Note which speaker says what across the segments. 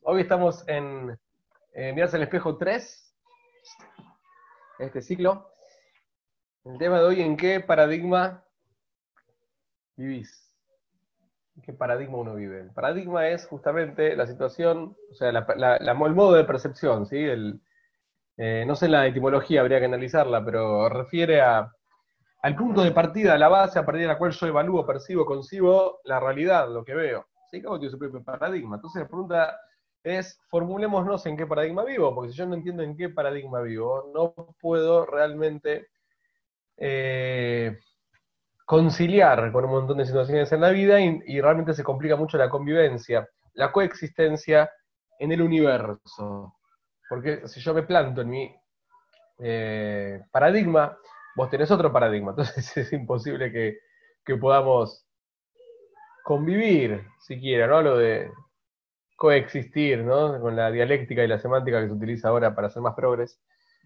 Speaker 1: Hoy estamos en Mirarse al espejo 3, este ciclo. El tema de hoy: ¿en qué paradigma vivís? ¿En qué paradigma uno vive? El paradigma es justamente la situación, o sea, el modo de percepción, ¿sí? No sé la etimología, habría que analizarla, pero refiere al punto de partida, a la base a partir de la cual yo evalúo, percibo, concibo la realidad, lo que veo. ¿Sí? Cada uno tiene su propio paradigma. Entonces la pregunta es, formulémonos en qué paradigma vivo, porque si yo no entiendo en qué paradigma vivo, no puedo realmente eh, conciliar con un montón de situaciones en la vida y realmente se complica mucho la convivencia, la coexistencia en el universo. Porque si yo me planto en mi paradigma, vos tenés otro paradigma, entonces es imposible que podamos convivir siquiera, ¿no? Lo de coexistir, ¿no? Con la dialéctica y la semántica que se utiliza ahora para hacer más progres,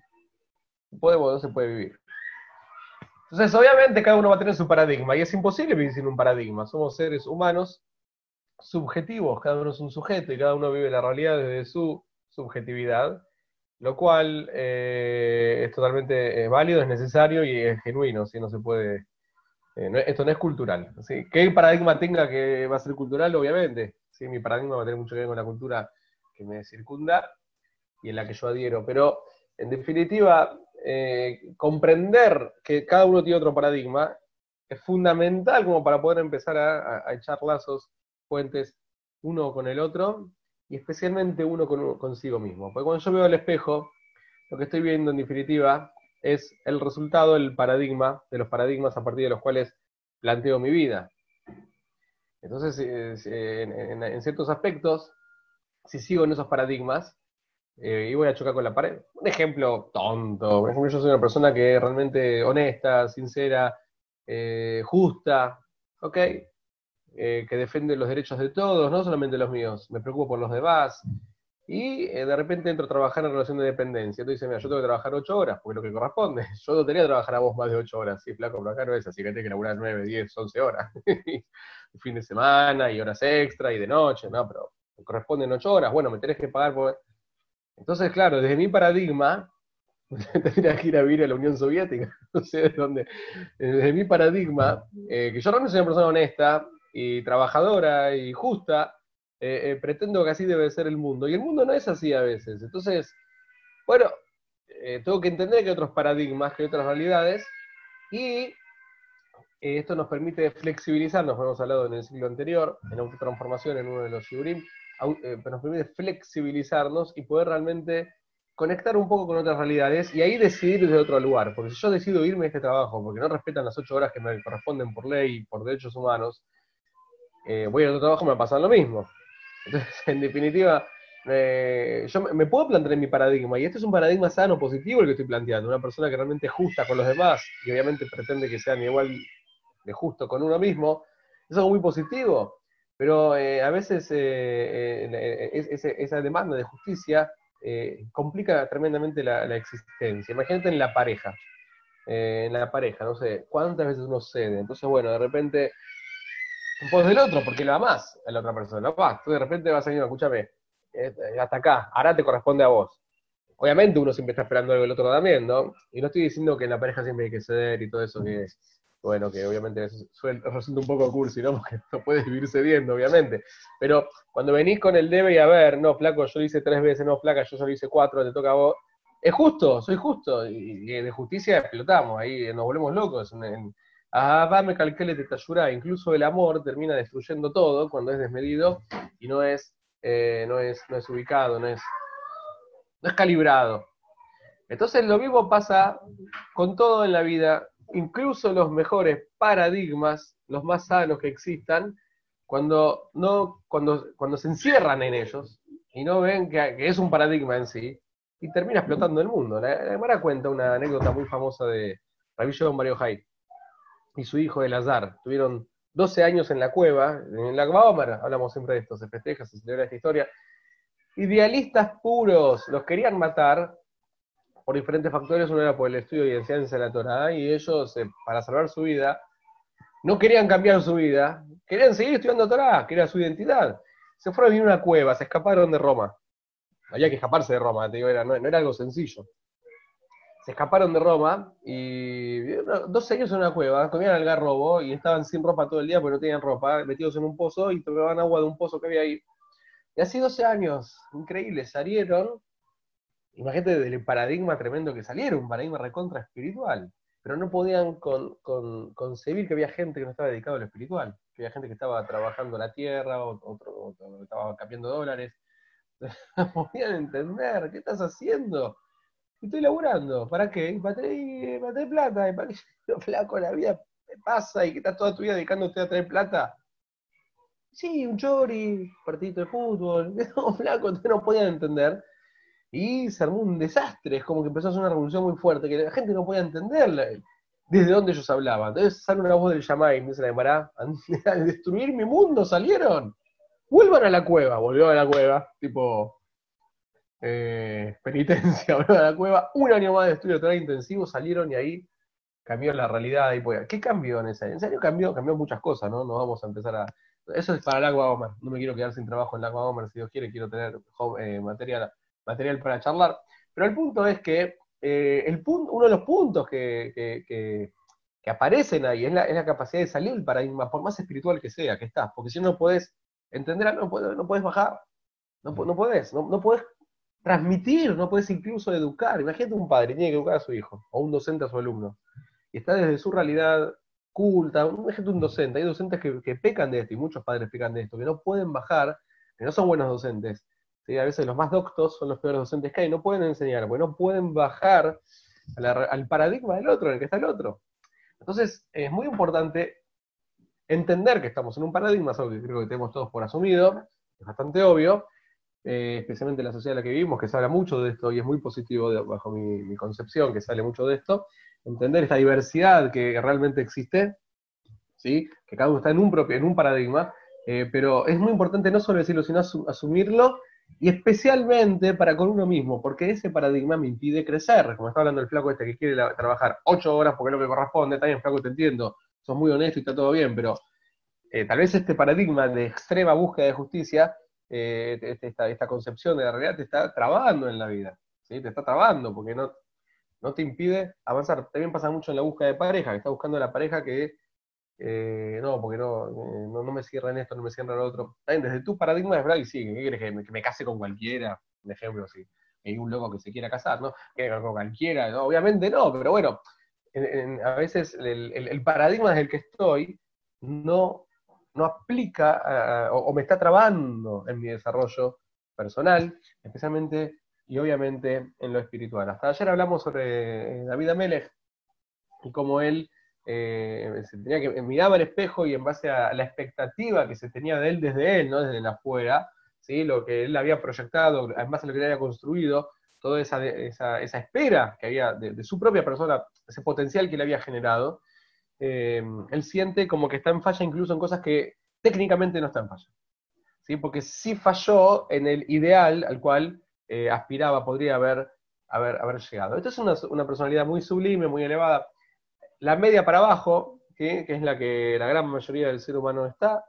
Speaker 1: no se puede vivir. Entonces, obviamente, cada uno va a tener su paradigma, y es imposible vivir sin un paradigma. Somos seres humanos subjetivos, cada uno es un sujeto, y cada uno vive la realidad desde su subjetividad, lo cual es totalmente válido, es necesario y es genuino, si no se puede. Esto no es cultural. ¿Sí? ¿Qué paradigma tenga que va a ser cultural? Obviamente. ¿Sí? Mi paradigma va a tener mucho que ver con la cultura que me circunda y en la que yo adhiero. Pero, en definitiva, comprender que cada uno tiene otro paradigma es fundamental como para poder empezar a echar lazos, puentes, uno con el otro, y especialmente uno consigo mismo. Porque cuando yo veo el espejo, lo que estoy viendo en definitiva es el resultado del paradigma, de los paradigmas a partir de los cuales planteo mi vida. Entonces, en ciertos aspectos, si sigo en esos paradigmas, y voy a chocar con la pared. Un ejemplo tonto. Por ejemplo, yo soy una persona que es realmente honesta, sincera, justa, ¿ok? Que defiende los derechos de todos, no solamente los míos. Me preocupo por los demás. Y de repente entro a trabajar en relación de dependencia. Entonces dice, mira, yo tengo que trabajar 8 horas, porque es lo que corresponde. Yo no tenía que trabajar a vos más de 8 horas. Sí, flaco, pero acá no es así, que tengo que laburar 9, 10, 11 horas. Fin de semana, y horas extra, y de noche, no, pero me corresponden 8 horas. Bueno, me tenés que pagar por... Entonces, claro, desde mi paradigma, tendría que ir a vivir a la Unión Soviética, no sé de dónde. Desde mi paradigma, que yo realmente soy una persona honesta y trabajadora y justa, pretendo que así debe ser el mundo. Y el mundo no es así a veces. Entonces, bueno, tengo que entender que hay otros paradigmas, que hay otras realidades, y esto nos permite flexibilizarnos, como hemos hablado en el ciclo anterior, en autotransformación en uno de los shiurim, nos permite flexibilizarnos y poder realmente conectar un poco con otras realidades y ahí decidir desde otro lugar. Porque si yo decido irme de este trabajo porque no respetan las 8 horas que me corresponden por ley y por derechos humanos, voy a otro trabajo y me va a pasar lo mismo. Entonces, en definitiva, yo me puedo plantear en mi paradigma, y este es un paradigma sano, positivo el que estoy planteando, una persona que realmente es justa con los demás y obviamente pretende que sean igual de justo con uno mismo, es algo muy positivo, pero a veces esa demanda de justicia complica tremendamente la existencia. Imagínate en la pareja, no sé, cuántas veces uno cede, entonces bueno, de repente, un poco del otro, porque lo amás a la otra persona, vas, tú de repente vas a decir, no, escúchame, hasta acá, ahora te corresponde a vos. Obviamente uno siempre está esperando algo del otro también, ¿no? Y no estoy diciendo que en la pareja siempre hay que ceder y todo eso que, bueno, que obviamente resulta un poco cursi, ¿no? Porque no puedes vivir cediendo, obviamente. Pero cuando venís con el debe y haber, no, flaco, yo lo hice 3 veces, no, flaca, yo solo hice 4, te toca a vos. Es justo, soy justo. Y de justicia explotamos, ahí nos volvemos locos. Va, me calquele te tayurá. Incluso el amor termina destruyendo todo cuando es desmedido y no es ubicado, no es calibrado. Entonces lo mismo pasa con todo en la vida, incluso los mejores paradigmas, los más sanos que existan, cuando se encierran en ellos y no ven que es un paradigma en sí, y termina explotando el mundo. La Gemara cuenta una anécdota muy famosa de Rabbi Shimon Bar Yochai y su hijo Elazar. Tuvieron 12 años en la cueva, en la Bámara, hablamos siempre de esto, se festeja, se celebra esta historia. Idealistas puros, los querían matar por diferentes factores. Uno era por el estudio y enseñanza de la Torah, y ellos, para salvar su vida, no querían cambiar su vida, querían seguir estudiando Torah, que era su identidad. se fueron a vivir a una cueva, se escaparon de Roma. Había que escaparse de Roma, te digo, no era algo sencillo. Se escaparon de Roma y 12 años en una cueva, comían algarrobo y estaban sin ropa todo el día porque no tenían ropa, metidos en un pozo y tomaban agua de un pozo que había ahí. Y así 12 años, increíble, salieron. Imagínate del paradigma tremendo que salieron, un paradigma recontra espiritual. Pero no podían concebir que había gente que no estaba dedicada a lo espiritual, que había gente que estaba trabajando la tierra, otro estaba cambiando dólares. No podían entender, ¿qué estás haciendo? Estoy laburando, ¿para qué? Para tener plata, ¿para qué? Flaco, la vida pasa y que estás toda tu vida dedicándote a traer plata. Sí, un chori, partidito de fútbol, no, flaco, no podían entender. Y se armó un desastre, es como que empezó a hacer una revolución muy fuerte, que la gente no podía entenderla, desde dónde ellos hablaban. Entonces sale una voz del Yamai y me dice la Gemara, a destruir mi mundo salieron. Vuelvan a la cueva, volvió a la cueva, tipo penitencia, volvió a la cueva, un año más de estudio total intensivo, salieron y ahí cambió la realidad. Y pues, ¿qué cambió en ese año? En serio cambió muchas cosas, ¿no? No vamos a empezar a... Eso es para el Agua Homer, no me quiero quedar sin trabajo en el Agua Homer, si Dios quiere, quiero tener material para charlar. Pero el punto es que uno de los puntos que aparecen ahí es la capacidad de salir del paradigma, por más espiritual que sea, que estás, porque si no podés entender, no podés bajar, no podés, no podés transmitir, no podés incluso educar. Imagínate un padre, tiene que educar a su hijo, o un docente a su alumno, y está desde su realidad culta, imagínate un docente, hay docentes que pecan de esto, y muchos padres pecan de esto, que no pueden bajar, que no son buenos docentes. ¿Sí? A veces los más doctos son los peores docentes que hay, no pueden enseñar, porque no pueden bajar al paradigma del otro, en el que está el otro. Entonces, es muy importante entender que estamos en un paradigma, es algo que creo que tenemos todos por asumido, es bastante obvio, especialmente en la sociedad en la que vivimos, que se habla mucho de esto y es muy positivo bajo mi concepción, que sale mucho de esto, entender esta diversidad que realmente existe, ¿sí? Que cada uno está en un paradigma, pero es muy importante no solo decirlo, sino asumirlo, y especialmente para con uno mismo, porque ese paradigma me impide crecer, como está hablando el flaco este que quiere trabajar 8 horas porque es lo que corresponde, está bien, flaco, te entiendo, sos muy honesto y está todo bien, pero tal vez este paradigma de extrema búsqueda de justicia, esta concepción de la realidad te está trabando en la vida, ¿sí? Te está trabando porque no te impide avanzar. También pasa mucho en la búsqueda de pareja, que está buscando la pareja que no, porque no me cierra en esto, no me cierra en lo otro. También desde tu paradigma es verdad y sí, ¿qué quieres que me case con cualquiera? Por ejemplo, si hay un loco que se quiera casar, ¿no? Que con cualquiera, ¿no? Obviamente no, pero bueno, a veces el paradigma desde el que estoy no, no aplica o me está trabando en mi desarrollo personal, especialmente y obviamente en lo espiritual. Hasta ayer hablamos sobre David Amelech y cómo él se tenía que miraba al espejo y en base a la expectativa que se tenía de él desde él, no desde el afuera, ¿sí? Lo que él había proyectado, en base a lo que él había construido, toda esa espera que había de su propia persona, ese potencial que él había generado, él siente como que está en falla incluso en cosas que técnicamente no están en falla, ¿sí? Porque sí falló en el ideal al cual aspiraba, podría haber llegado. Esto es una personalidad muy sublime, muy elevada. La media para abajo, ¿sí? Que es la que la gran mayoría del ser humano está,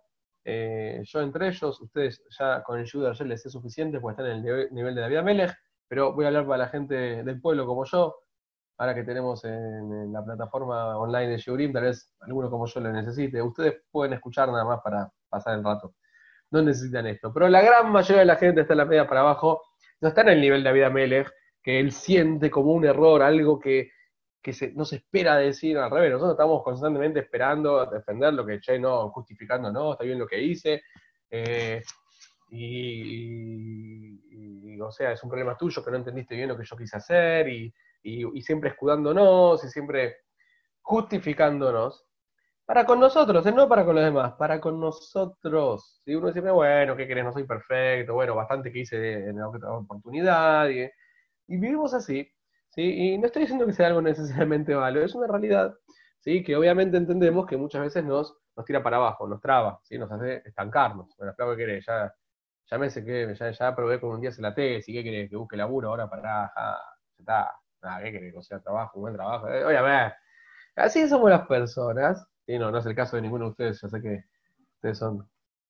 Speaker 1: yo entre ellos, ustedes ya con el ayuda ayer les es suficiente porque están en el nivel de David Amelech, pero voy a hablar para la gente del pueblo como yo, ahora que tenemos en la plataforma online de Sheurim, tal vez alguno como yo lo necesite. Ustedes pueden escuchar nada más para pasar el rato. No necesitan esto. Pero la gran mayoría de la gente está en la media para abajo, no está en el nivel de David Amelech, que él siente como un error, algo que no se espera decir al revés. Nosotros estamos constantemente esperando a defender lo que, che, no, justificando, no, está bien lo que hice. Eh, o sea, es un problema tuyo que no entendiste bien lo que yo quise hacer y siempre escudándonos y siempre justificándonos. Para con nosotros, no para con los demás, para con nosotros. Si uno dice, bueno, ¿qué querés? No soy perfecto, bueno, bastante que hice en la otra oportunidad, y vivimos así, ¿sí? Y no estoy diciendo que sea algo necesariamente malo, es una realidad, ¿sí? Que obviamente entendemos que muchas veces nos tira para abajo, nos traba, ¿sí? Nos hace estancarnos. Bueno, claro, ¿qué querés? Ya me sé que, ya probé con un día se la tesis, ¿qué querés? Que busque laburo ahora para, ya está, nada, ¿qué querés? O sea, trabajo, buen trabajo, obviamente. Así somos las personas, y no es el caso de ninguno de ustedes, yo sé que ustedes son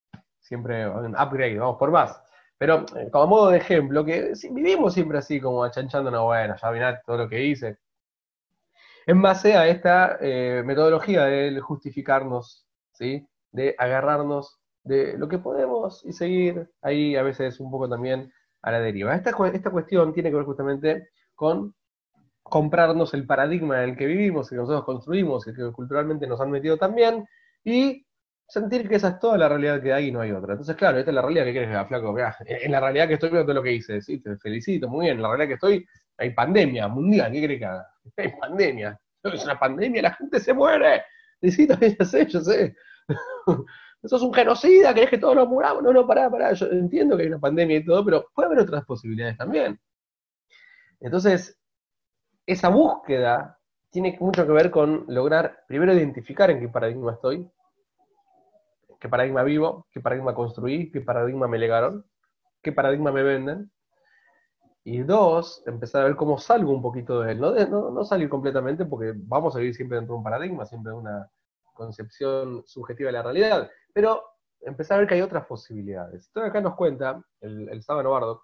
Speaker 1: siempre un upgrade, vamos por más. Pero como modo de ejemplo, que vivimos siempre así, como achanchando, no, bueno, ya mirá todo lo que hice. En base a esta metodología de justificarnos, ¿sí? De agarrarnos de lo que podemos y seguir ahí a veces un poco también a la deriva. Esta cuestión tiene que ver justamente con comprarnos el paradigma en el que vivimos, el que nosotros construimos, el que culturalmente nos han metido también, y sentir que esa es toda la realidad que hay y no hay otra. Entonces, claro, esta es la realidad que quieres, flaco. Mirá, en la realidad que estoy viendo todo lo que hice, sí, te felicito, muy bien. En la realidad que estoy, hay pandemia mundial, ¿qué crees que haga? Hay pandemia. Es una pandemia, la gente se muere. Sí, también ya sé, yo sé. Sos un genocida, querés que todos nos muramos. No, no, pará. Yo entiendo que hay una pandemia y todo, pero puede haber otras posibilidades también. Entonces, esa búsqueda tiene mucho que ver con lograr, primero, identificar en qué paradigma estoy, qué paradigma vivo, qué paradigma construí, qué paradigma me legaron, qué paradigma me venden. Y dos, empezar a ver cómo salgo un poquito de él. No salir completamente porque vamos a vivir siempre dentro de un paradigma, siempre de una concepción subjetiva de la realidad. Pero empezar a ver que hay otras posibilidades. Entonces acá nos cuenta el Sábano Bardo,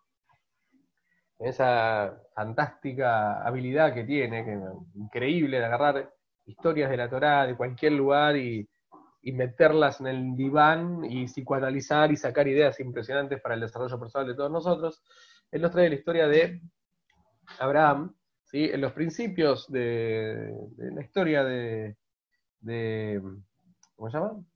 Speaker 1: esa fantástica habilidad que tiene, que increíble de agarrar historias de la Torá de cualquier lugar y meterlas en el diván y psicoanalizar y sacar ideas impresionantes para el desarrollo personal de todos nosotros. Él nos trae la historia de Abraham, ¿sí? En los principios de la historia de ¿cómo se llama?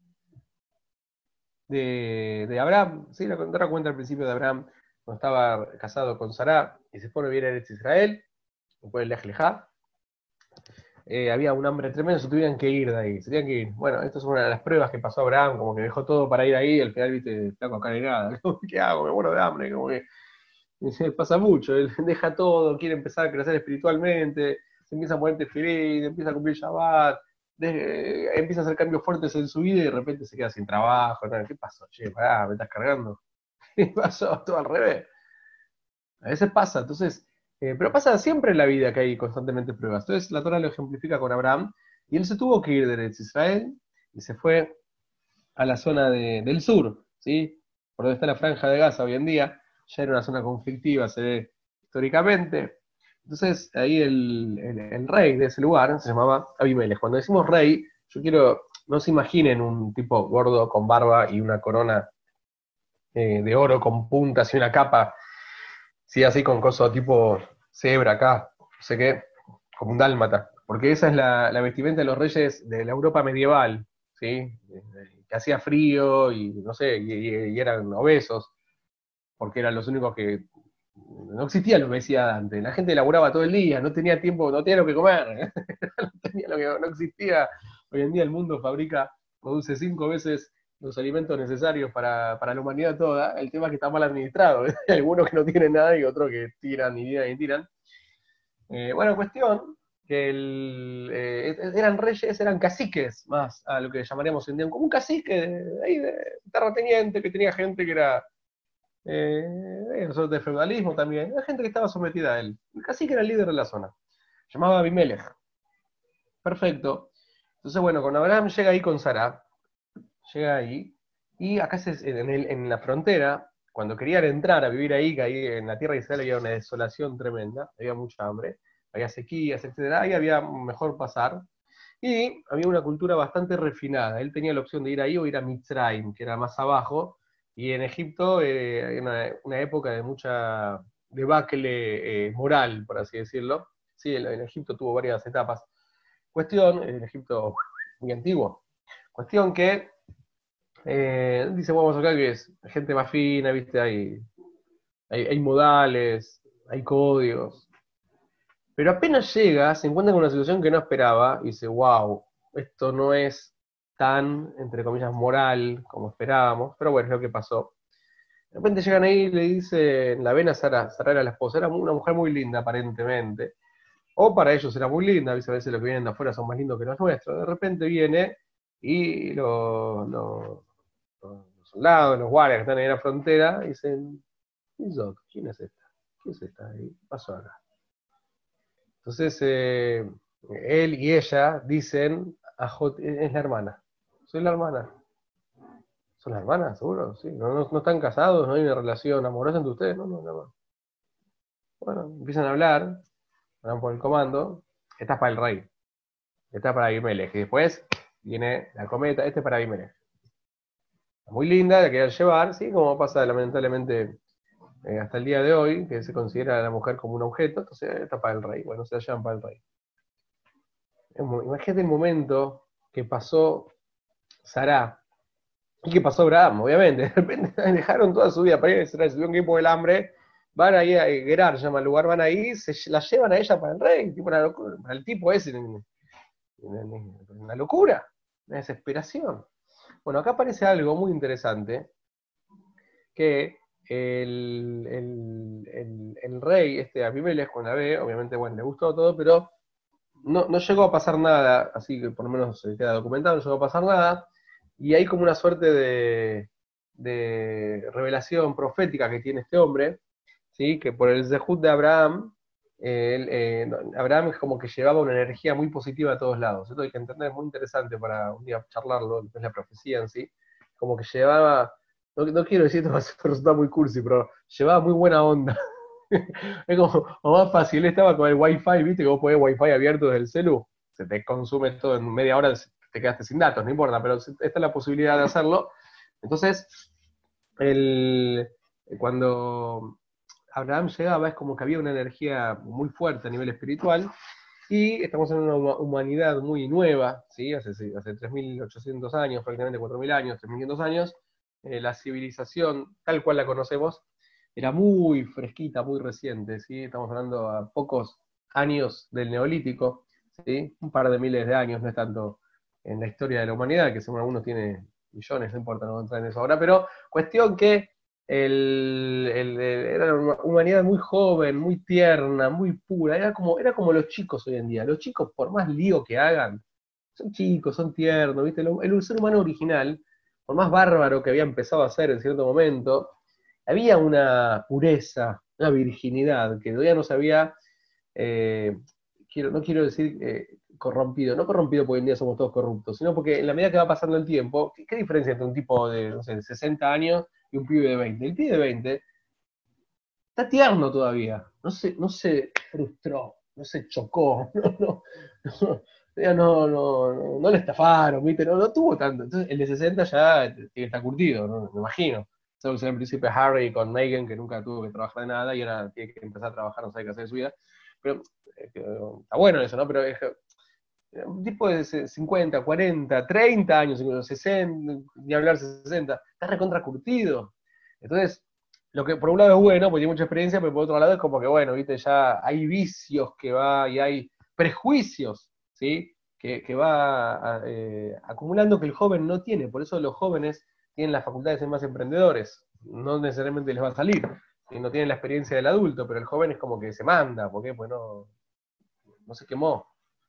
Speaker 1: De Abraham, ¿sí? La cuenta al principio de Abraham, cuando estaba casado con Sará y se fue a vivir a Israel, después del Lej Lejá, había un hambre tremendo, se tuvieran que ir de ahí, se tenían que ir. Bueno, esto es una de las pruebas que pasó Abraham, como que dejó todo para ir ahí, y al final, viste, flaco, acá no hay nada. ¿Qué hago? Me muero de hambre, como que pasa mucho, él deja todo, quiere empezar a crecer espiritualmente, se empieza a poner tefilín, empieza a cumplir Shabbat, empieza a hacer cambios fuertes en su vida y de repente se queda sin trabajo. ¿No? ¿Qué pasó? Che, pará, me estás cargando. ¿Qué pasó? Todo al revés. A veces pasa, entonces, pero pasa siempre en la vida que hay constantemente pruebas. Entonces la Torah lo ejemplifica con Abraham, y él se tuvo que ir de Eretz Israel y se fue a la zona del sur, ¿sí? Por donde está la franja de Gaza hoy en día, ya era una zona conflictiva, se ve históricamente. Entonces ahí el rey de ese lugar se llamaba Abimelech. Cuando decimos rey, yo quiero, no se imaginen un tipo gordo con barba y una corona de oro con puntas y una capa. Sí, así con coso tipo cebra acá, no sé qué, como un dálmata. Porque esa es la vestimenta de los reyes de la Europa medieval, ¿sí? Que hacía frío y no sé, y eran obesos, porque eran los únicos que. No existía la obesidad antes. La gente laburaba todo el día, no tenía tiempo, no tenía lo que comer, no tenía lo que no existía. Hoy en día el mundo produce 5 veces los alimentos necesarios para la humanidad toda. El tema es que está mal administrado. Hay algunos que no tienen nada y otros que tiran y tiran y tiran. Bueno, cuestión que eran reyes, eran caciques, más a lo que llamaríamos hoy en día como un cacique ahí de terrateniente, que tenía gente que era de feudalismo también, era gente que estaba sometida a él. El cacique era el líder de la zona. Llamaba Abimelech. Perfecto. Entonces, bueno, con Abraham llega ahí con Sara, llega ahí, y acá en la frontera, cuando querían entrar a vivir ahí, que ahí en la tierra de Israel había una desolación tremenda, había mucha hambre, había sequías, etcétera, ahí había mejor pasar, y había una cultura bastante refinada. Él tenía la opción de ir ahí o ir a Mitzrayim, que era más abajo, y en Egipto era una época de mucha debacle moral, por así decirlo. Sí, en Egipto tuvo varias etapas. Cuestión, en Egipto muy antiguo. Cuestión que dice, vamos acá que es gente más fina, ¿viste? Hay modales, hay códigos. Pero apenas llega, se encuentra con una situación que no esperaba y dice, wow, esto no es tan, entre comillas, moral como esperábamos, pero bueno, es lo que pasó. De repente llegan ahí y le dicen, la ven a Sara, Sara era la esposa, era una mujer muy linda aparentemente, o para ellos era muy linda, a veces los que vienen de afuera son más lindos que los nuestros. De repente viene y los soldados, los guardias que están ahí en la frontera, dicen, ¿quién es esta? ¿Qué es esta? ¿Qué pasó acá? Entonces, él y ella dicen, es la hermana, soy la hermana. ¿Son las hermanas, seguro? Sí, no están casados, no hay una relación amorosa entre ustedes, no. Bueno, empiezan a hablar, van por el comando, esta es para el rey, esta es para Abimelech, y después viene la cometa, este es para Abimelech. Muy linda, la querían llevar, ¿sí? Como pasa lamentablemente hasta el día de hoy, que se considera a la mujer como un objeto, entonces esta para el rey, bueno, se la llevan para el rey. Imagínate el momento que pasó Sará y que pasó Abraham, obviamente. De repente dejaron toda su vida para ir a Israel, se tuvieron que ir por el hambre, van ahí a Gerar, se llama el lugar, van ahí, se la llevan a ella para el rey, tipo una locura, para el tipo ese, una locura, una desesperación. Bueno, acá aparece algo muy interesante, que el rey, Abimelech, con la B, obviamente, bueno, le gustó todo, pero no llegó a pasar nada, así que por lo menos se queda documentado, no llegó a pasar nada, y hay como una suerte de revelación profética que tiene este hombre, ¿sí? Que por el Zehut de Abraham, Abraham es como que llevaba una energía muy positiva a todos lados. Esto hay que entender, es muy interesante para un día charlarlo, es la profecía en sí, como que llevaba, no quiero decir esto va a resultar muy cursi, pero llevaba muy buena onda. Es como más fácil, estaba con el wifi, viste que vos podés wifi abierto desde el celu, se te consume todo en media hora, te quedaste sin datos, no importa, pero esta es la posibilidad de hacerlo. Entonces, el, cuando Abraham llegaba es como que había una energía muy fuerte a nivel espiritual y estamos en una humanidad muy nueva, ¿sí? Hace 3.800 años, prácticamente 4.000 años, 3.500 años, la civilización tal cual la conocemos era muy fresquita, muy reciente, ¿sí? Estamos hablando a pocos años del Neolítico, ¿sí? Un par de miles de años, no es tanto en la historia de la humanidad, que según algunos tiene millones, no importa, no voy a entrar en eso ahora, pero cuestión que era una humanidad muy joven, muy tierna, muy pura, era como los chicos hoy en día. Los chicos, por más lío que hagan, son chicos, son tiernos, ¿viste? El ser humano original, por más bárbaro que había empezado a ser en cierto momento, había una pureza, una virginidad que todavía no se había, eh, no quiero decir corrompido, no corrompido porque hoy en día somos todos corruptos, sino porque en la medida que va pasando el tiempo, ¿qué diferencia entre un tipo de, no sé, de 60 años y un pibe de 20? El pibe de 20 está tierno todavía, no se frustró, no se chocó, no le estafaron, ¿viste? No tuvo tanto. Entonces el de 60 ya tiene que estar curtido, ¿no? Me imagino. Solo que sea el príncipe Harry con Meghan, que nunca tuvo que trabajar de nada y ahora tiene que empezar a trabajar, no sabe qué hacer de su vida. Pero está bueno eso, ¿no? Pero un tipo de 50, 40, 30 años, 60, ni hablar 60, está recontra curtido. Entonces, lo que por un lado es bueno, porque tiene mucha experiencia, pero por otro lado es como que, bueno, viste, ya hay vicios que va y hay prejuicios, ¿sí? Que va acumulando que el joven no tiene. Por eso los jóvenes tienen la facultad de ser más emprendedores. No necesariamente les va a salir. Y no tienen la experiencia del adulto, pero el joven es como que se manda. ¿Por qué? Pues no se quemó.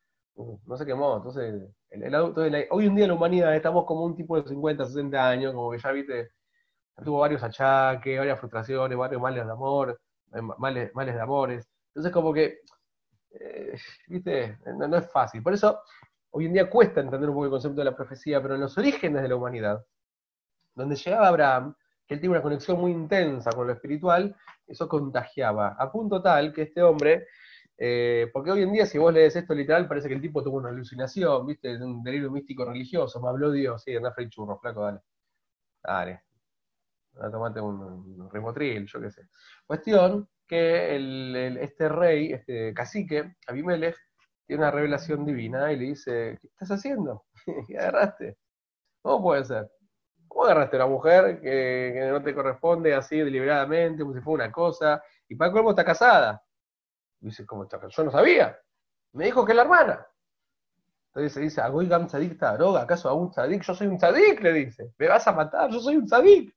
Speaker 1: No se quemó. Entonces, el adulto, hoy en día en la humanidad estamos como un tipo de 50, 60 años, como que ya viste, tuvo varios achaques, varias frustraciones, varios males de amor, males de amores. Entonces, como que, eh, viste, no es fácil. Por eso, hoy en día cuesta entender un poco el concepto de la profecía, pero en los orígenes de la humanidad, donde llegaba Abraham, que él tiene una conexión muy intensa con lo espiritual, eso contagiaba, a punto tal que este hombre, porque hoy en día si vos lees esto literal parece que el tipo tuvo una alucinación, viste, un delirio místico religioso, me habló Dios, sí, andá a freír churros, flaco, dale, tomate un Rivotril, yo qué sé. Cuestión que este rey, este cacique, Abimelech, tiene una revelación divina y le dice, ¿qué estás haciendo? ¿Qué agarraste? ¿Cómo puede ser? ¿Cómo agarraste a una mujer que no te corresponde así deliberadamente, como si fuera una cosa? Y para colmo está casada. Y dice, ¿cómo está? Yo no sabía. Me dijo que es la hermana. Entonces se dice, Agoy Gam Tzadik está droga, ¿acaso a un tzadik? Yo soy un tzadik, le dice. Me vas a matar, yo soy un tzadik.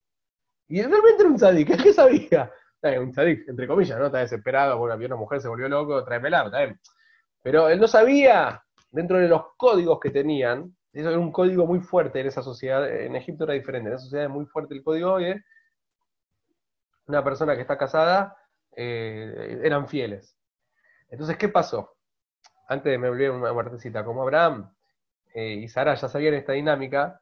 Speaker 1: Y realmente era un tzadik, ¿qué sabía? Un tzadik, entre comillas, ¿no? Está desesperado, bueno, había una mujer, se volvió loco, tráemela, está bien. Pero él no sabía, dentro de los códigos que tenían, eso era un código muy fuerte en esa sociedad, en Egipto era diferente, en esa sociedad es muy fuerte el código, oye, una persona que está casada, eran fieles. Entonces, ¿qué pasó? Antes de me olvidé una partecita, como Abraham y Sara ya sabían esta dinámica,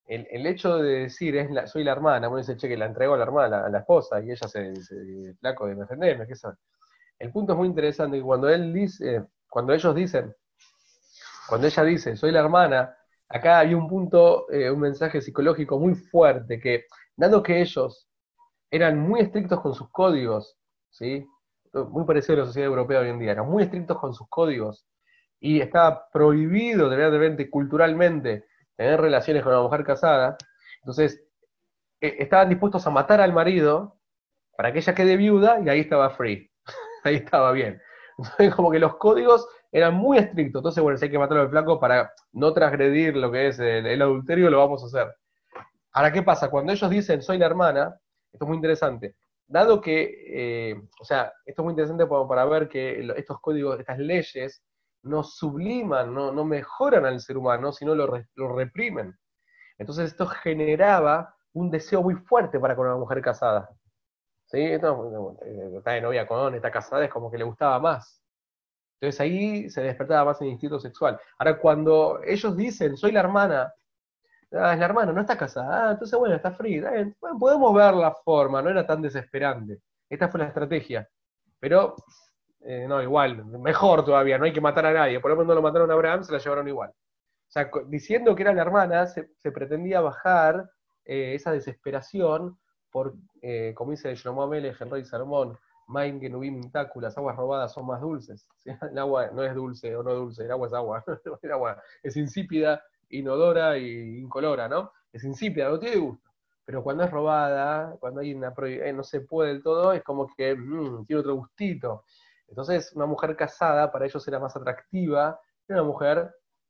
Speaker 1: el hecho de decir soy la hermana, uno dice, che, que la entregó a la hermana, a la esposa, y ella flaco de defenderme, qué sabe. El punto es muy interesante, que cuando él dice, cuando ellos dicen, cuando ella dice, soy la hermana, acá hay un punto, un mensaje psicológico muy fuerte, que dado que ellos eran muy estrictos con sus códigos, ¿sí? Muy parecido a la sociedad europea hoy en día, eran muy estrictos con sus códigos, y estaba prohibido, evidentemente, culturalmente, tener relaciones con una mujer casada, entonces estaban dispuestos a matar al marido para que ella quede viuda y ahí estaba free, ahí estaba bien. Entonces, como que los códigos eran muy estrictos, entonces, bueno, si hay que matarlo al flaco para no transgredir lo que es el adulterio, lo vamos a hacer. Ahora, ¿qué pasa? Cuando ellos dicen, soy la hermana, esto es muy interesante. Dado que, o sea, esto es muy interesante para ver que estos códigos, estas leyes, no subliman, no mejoran al ser humano, sino lo reprimen. Entonces esto generaba un deseo muy fuerte para con una mujer casada. ¿Sí? Está de novia con, está casada, es como que le gustaba más. Entonces ahí se despertaba más el instinto sexual. Ahora, cuando ellos dicen, soy la hermana, es la hermana, no está casada, entonces bueno, está free. Bueno, podemos ver la forma, no era tan desesperante. Esta fue la estrategia. Pero, no, igual, mejor todavía, no hay que matar a nadie. Por lo menos no lo mataron a Abraham, se la llevaron igual. O sea, diciendo que era la hermana, se pretendía bajar esa desesperación por, como dice Shlomo Amelech, el rey Salomón, Maim Genubim Taku, las aguas robadas son más dulces. ¿Sí? El agua no es dulce o no dulce, el agua es agua. El agua es insípida, inodora e incolora, ¿no? Es insípida, no tiene gusto. Pero cuando es robada, cuando hay no se puede del todo, es como que tiene otro gustito. Entonces, una mujer casada para ellos era más atractiva que una mujer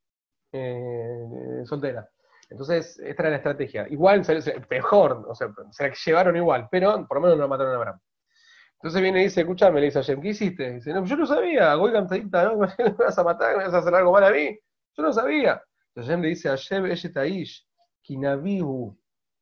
Speaker 1: soltera. Entonces, esta era la estrategia. Igual, mejor, o sea, se la llevaron igual, pero por lo menos no mataron a Abraham. Entonces viene y dice, escúchame, le dice a Hashem, ¿qué hiciste? Dice, no, yo no sabía, Goigan Taita, ¿no? ¿Me vas a matar? ¿Me vas a hacer algo mal a mí? Yo no sabía. Entonces Hashem le dice a Hashem, Taish, Kinabihu,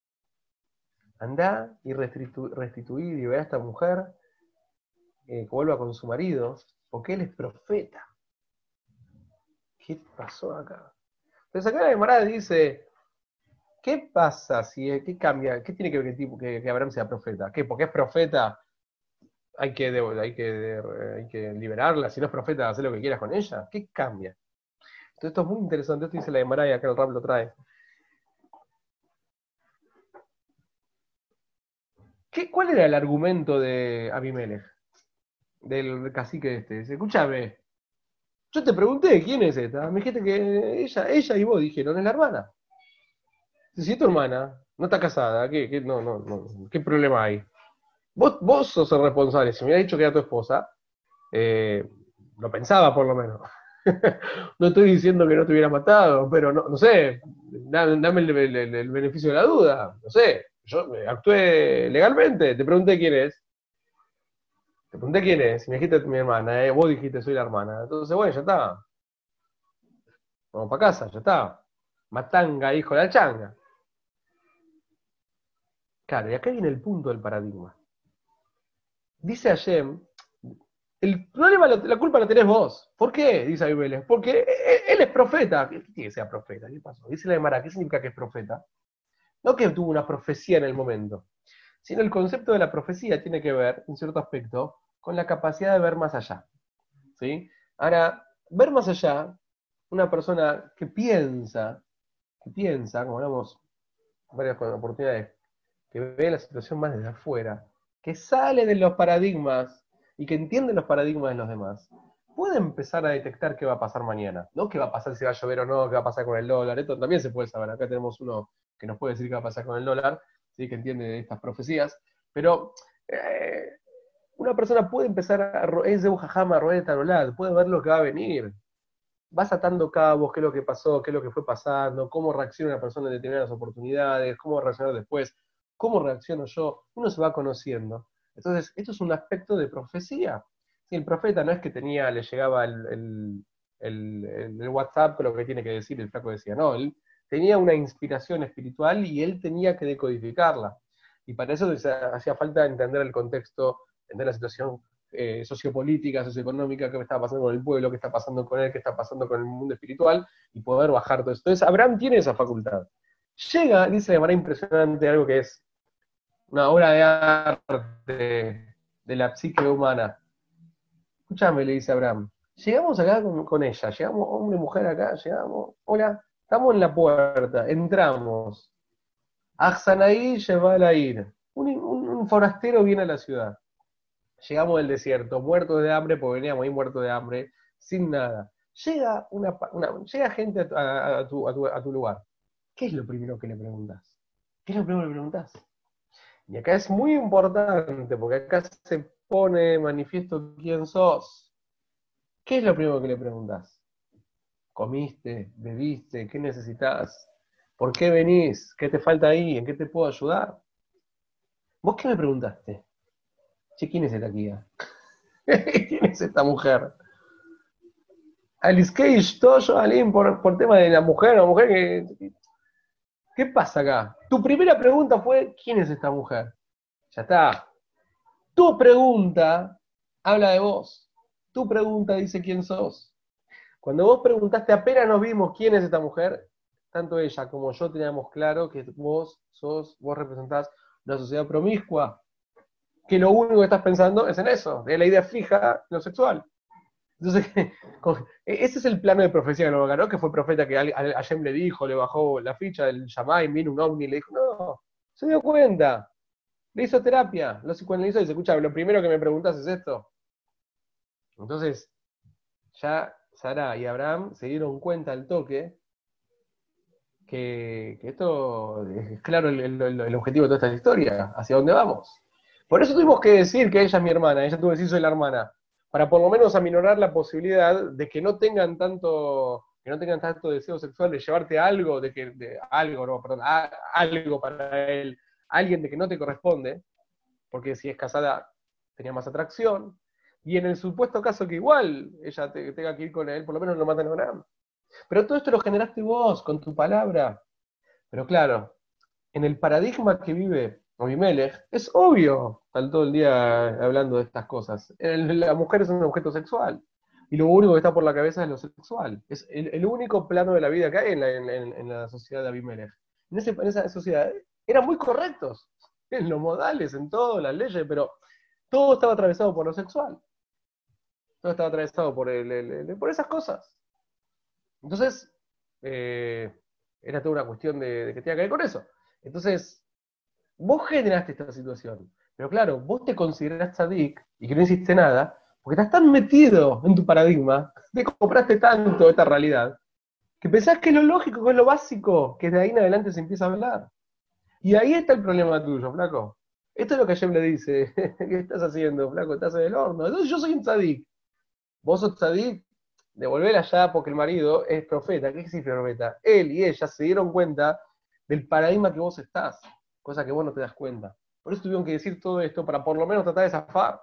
Speaker 1: andá y restituí y ve a esta mujer que vuelva con su marido, porque él es profeta. ¿Qué pasó acá? Entonces acá la Gemara dice, ¿qué pasa si, qué cambia, qué tiene que ver que Abraham sea profeta? ¿Qué? Porque es profeta, hay que liberarla, si no es profeta, hacer lo que quieras con ella. ¿Qué cambia? Entonces esto es muy interesante, esto dice la Gemara y acá el Rab lo trae. ¿Cuál era el argumento de Abimelech, del cacique este? Dice, escúchame, yo te pregunté quién es esta, me dijiste que ella y vos dijeron, es la hermana. Si es tu hermana, no está casada, ¿qué problema hay? Vos sos el responsable, si me hubieras dicho que era tu esposa, lo pensaba por lo menos. No estoy diciendo que no te hubiera matado, pero no sé, dame el beneficio de la duda, no sé, yo actué legalmente, te pregunté quién es, te pregunté quién es, y me dijiste mi hermana, vos dijiste soy la hermana, entonces bueno, ya está, vamos para casa, ya está, matanga, hijo de la changa. Claro, y acá viene el punto del paradigma. Dice Hashem, el problema, la culpa la tenés vos. ¿Por qué? Dice Abimelech. Porque él es profeta. ¿Qué tiene que ser profeta? ¿Qué pasó? Dice la Gemara, ¿qué significa que es profeta? No que tuvo una profecía en el momento, sino el concepto de la profecía tiene que ver, en cierto aspecto, con la capacidad de ver más allá. ¿Sí? Ahora, ver más allá, una persona que piensa, como hablamos en varias oportunidades, que ve la situación más desde afuera, que sale de los paradigmas y que entiende los paradigmas de los demás, puede empezar a detectar qué va a pasar mañana. No qué va a pasar, si va a llover o no, qué va a pasar con el dólar. Esto también se puede saber. Acá tenemos uno que nos puede decir qué va a pasar con el dólar, ¿sí? Que entiende estas profecías. Pero una persona puede empezar es de Ujajama, Roé de Tarolad, puede ver lo que va a venir. Vas atando cabos, qué es lo que pasó, qué es lo que fue pasando, cómo reacciona una persona en determinadas oportunidades, cómo reaccionar después, cómo reacciono yo, uno se va conociendo. Entonces, esto es un aspecto de profecía. Si el profeta no es que le llegaba el WhatsApp con lo que tiene que decir, el flaco decía, no, él tenía una inspiración espiritual y él tenía que decodificarla. Y para eso hacía falta entender el contexto, entender la situación sociopolítica, socioeconómica, qué está pasando con el pueblo, qué está pasando con él, qué está pasando con el mundo espiritual, y poder bajar todo eso. Entonces, Abraham tiene esa facultad. Llega, dice de manera impresionante algo que es una obra de arte de la psique humana. Escúchame, le dice Abraham. Llegamos acá con ella, llegamos hombre y mujer acá, llegamos. Hola, estamos en la puerta, entramos. Ahsanaí lleva a ir. Un forastero viene a la ciudad. Llegamos del desierto, muertos de hambre, porque veníamos ahí muertos de hambre, sin nada. Llega gente a tu lugar. ¿Qué es lo primero que le preguntas? ¿Qué es lo primero que le preguntas? Y acá es muy importante, porque acá se pone de manifiesto quién sos. ¿Qué es lo primero que le preguntas? ¿Comiste? ¿Bebiste? ¿Qué necesitas? ¿Por qué venís? ¿Qué te falta ahí? ¿En qué te puedo ayudar? ¿Vos qué me preguntaste? Che, ¿quién es esta tía? ¿Quién es esta mujer? Alice Cage, todo yo, Aline, por tema de la mujer que. ¿Qué pasa acá? Tu primera pregunta fue: ¿quién es esta mujer? Ya está. Tu pregunta habla de vos. Tu pregunta dice quién sos. Cuando vos preguntaste, apenas nos vimos quién es esta mujer, tanto ella como yo teníamos claro que vos representás una sociedad promiscua, que lo único que estás pensando es en eso, de la idea fija, lo sexual. Entonces, ese es el plano de profecía que lo ganó, que fue profeta que a Hashem le dijo, le bajó la ficha del Yamai, vino un ovni, le dijo, no, se dio cuenta, le hizo terapia, lo psicoanalizó y dice, escucha, lo primero que me preguntas es esto. Entonces, ya Sara y Abraham se dieron cuenta al toque que esto es claro el objetivo de toda esta historia, hacia dónde vamos. Por eso tuvimos que decir que ella es mi hermana, ella tuvo que decir soy la hermana, para por lo menos aminorar la posibilidad de que no tengan tanto deseo sexual de llevarte algo, algo, no, perdón, algo para él, alguien de que no te corresponde, porque si es casada tenía más atracción, y en el supuesto caso que igual ella tenga que ir con él, por lo menos no matan a Abraham. Pero todo esto lo generaste vos, con tu palabra. Pero claro, en el paradigma que vive Abimelech, es obvio, están todo el día hablando de estas cosas. La mujer es un objeto sexual. Y lo único que está por la cabeza es lo sexual. Es el único plano de la vida que hay en la sociedad de Abimelech. En esa sociedad eran muy correctos en los modales, en todas las leyes, pero todo estaba atravesado por lo sexual. Todo estaba atravesado por esas cosas. Entonces, eh, era toda una cuestión de que tenía que ver con eso. Entonces, vos generaste esta situación. Pero claro, vos te considerás tzadik y que no hiciste nada, porque estás tan metido en tu paradigma, te compraste tanto esta realidad, que pensás que es lo lógico, que es lo básico, que de ahí en adelante se empieza a hablar. Y ahí está el problema tuyo, flaco. Esto es lo que Hashem le dice. ¿Qué estás haciendo, flaco? Estás en el horno. Entonces yo soy un tzadik. Vos sos tzadik, devolver allá porque el marido es profeta. ¿Qué significa profeta? Él y ella se dieron cuenta del paradigma que vos estás, cosa que vos no te das cuenta. Por eso tuvieron que decir todo esto para por lo menos tratar de zafar.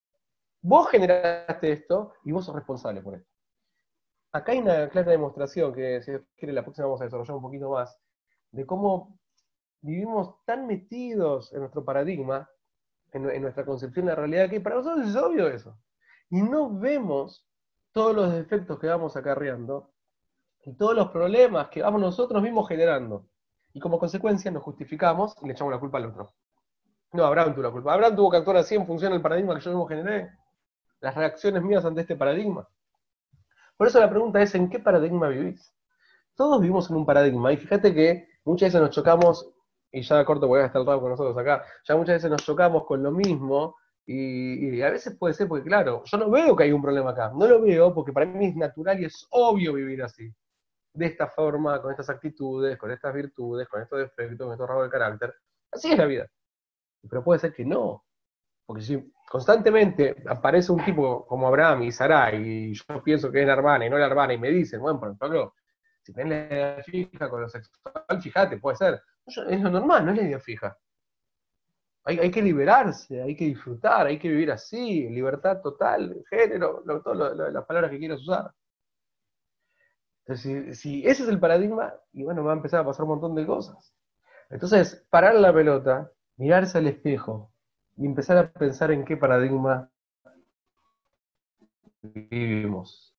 Speaker 1: Vos generaste esto y vos sos responsable por esto. Acá hay una clara demostración que, si quiere, la próxima vamos a desarrollar un poquito más, de cómo vivimos tan metidos en nuestro paradigma, en nuestra concepción de la realidad, que para nosotros es obvio eso. Y no vemos todos los defectos que vamos acarreando y todos los problemas que vamos nosotros mismos generando. Y como consecuencia nos justificamos y le echamos la culpa al otro. No, Abraham tuvo la culpa. Abraham tuvo que actuar así en función del paradigma que yo mismo generé. Las reacciones mías ante este paradigma. Por eso la pregunta es, ¿en qué paradigma vivís? Todos vivimos en un paradigma. Y fíjate que muchas veces nos chocamos, y ya corto porque está el rato con nosotros acá, ya muchas veces nos chocamos con lo mismo, y a veces puede ser porque, claro, yo no veo que hay un problema acá. No lo veo porque para mí es natural y es obvio vivir así. De esta forma, con estas actitudes, con estas virtudes, con estos defectos, con estos rasgos de carácter. Así es la vida. Pero puede ser que no. Porque si constantemente aparece un tipo como Abraham y Sarai, y yo pienso que es la hermana y no la hermana, y me dicen, bueno, por ejemplo, si tenés la idea fija con lo sexual, fíjate, puede ser. Es lo normal, no es la idea fija. Hay que liberarse, hay que disfrutar, hay que vivir así, libertad total, género, todas las palabras que quieras usar. Entonces, si ese es el paradigma, y bueno, va a empezar a pasar un montón de cosas. Entonces, parar la pelota, mirarse al espejo y empezar a pensar en qué paradigma vivimos.